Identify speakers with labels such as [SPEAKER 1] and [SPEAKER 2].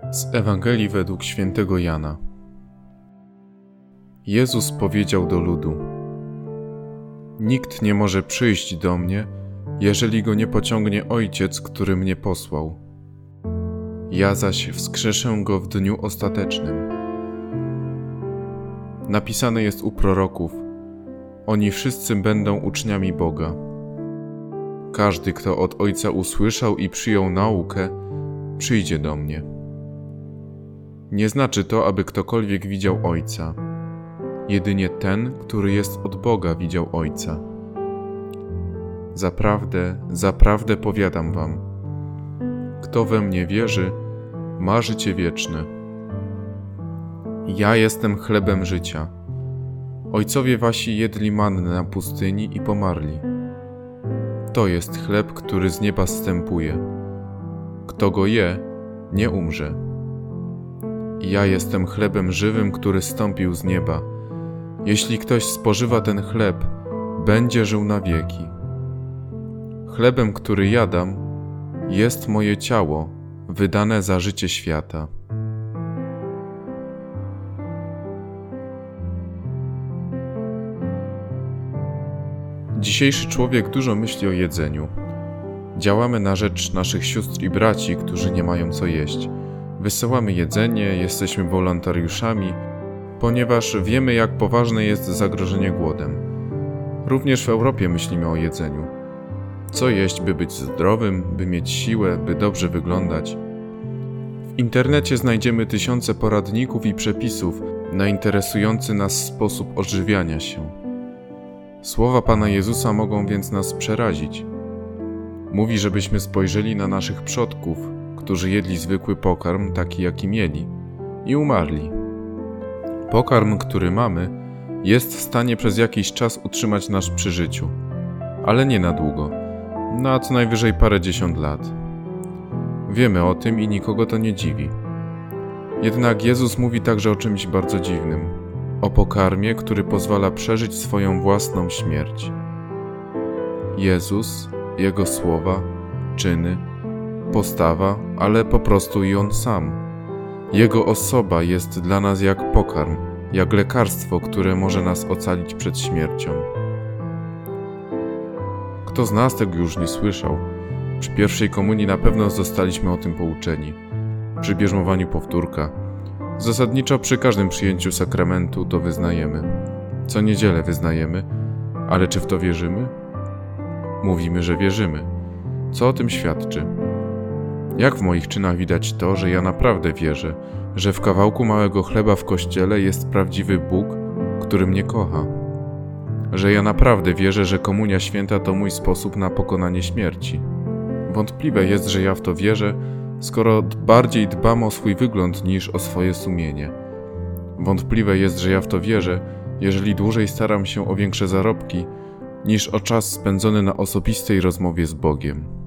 [SPEAKER 1] Z Ewangelii według świętego Jana. Jezus powiedział do ludu: Nikt nie może przyjść do mnie, jeżeli go nie pociągnie Ojciec, który mnie posłał. Ja zaś wskrzeszę go w dniu ostatecznym. Napisane jest u proroków: Oni wszyscy będą uczniami Boga. Każdy, kto od Ojca usłyszał i przyjął naukę, przyjdzie do mnie. Nie znaczy to, aby ktokolwiek widział Ojca. Jedynie ten, który jest od Boga, widział Ojca. Zaprawdę, zaprawdę powiadam wam, kto we mnie wierzy, ma życie wieczne. Ja jestem chlebem życia. Ojcowie wasi jedli mannę na pustyni i pomarli. To jest chleb, który z nieba zstępuje. Kto go je, nie umrze. Ja jestem chlebem żywym, który zstąpił z nieba. Jeśli ktoś spożywa ten chleb, będzie żył na wieki. Chlebem, który jadam, jest moje ciało, wydane za życie świata. Dzisiejszy człowiek dużo myśli o jedzeniu. Działamy na rzecz naszych sióstr i braci, którzy nie mają co jeść. Wysyłamy jedzenie, jesteśmy wolontariuszami, ponieważ wiemy, jak poważne jest zagrożenie głodem. Również w Europie myślimy o jedzeniu. Co jeść, by być zdrowym, by mieć siłę, by dobrze wyglądać? W internecie znajdziemy tysiące poradników i przepisów na interesujący nas sposób odżywiania się. Słowa Pana Jezusa mogą więc nas przerazić. Mówi, żebyśmy spojrzeli na naszych przodków, którzy jedli zwykły pokarm, taki jaki mieli, i umarli. Pokarm, który mamy, jest w stanie przez jakiś czas utrzymać nas przy życiu, ale nie na długo, na co najwyżej parędziesiąt lat. Wiemy o tym i nikogo to nie dziwi. Jednak Jezus mówi także o czymś bardzo dziwnym, o pokarmie, który pozwala przeżyć swoją własną śmierć. Jezus, Jego słowa, czyny, postawa, ale po prostu i On sam. Jego osoba jest dla nas jak pokarm, jak lekarstwo, które może nas ocalić przed śmiercią. Kto z nas tego już nie słyszał? Przy pierwszej komunii na pewno zostaliśmy o tym pouczeni. Przy bierzmowaniu powtórka. Zasadniczo przy każdym przyjęciu sakramentu to wyznajemy. Co niedzielę wyznajemy, ale czy w to wierzymy? Mówimy, że wierzymy. Co o tym świadczy? Jak w moich czynach widać to, że ja naprawdę wierzę, że w kawałku małego chleba w kościele jest prawdziwy Bóg, który mnie kocha? Że ja naprawdę wierzę, że Komunia Święta to mój sposób na pokonanie śmierci? Wątpliwe jest, że ja w to wierzę, skoro bardziej dbam o swój wygląd niż o swoje sumienie. Wątpliwe jest, że ja w to wierzę, jeżeli dłużej staram się o większe zarobki, niż o czas spędzony na osobistej rozmowie z Bogiem.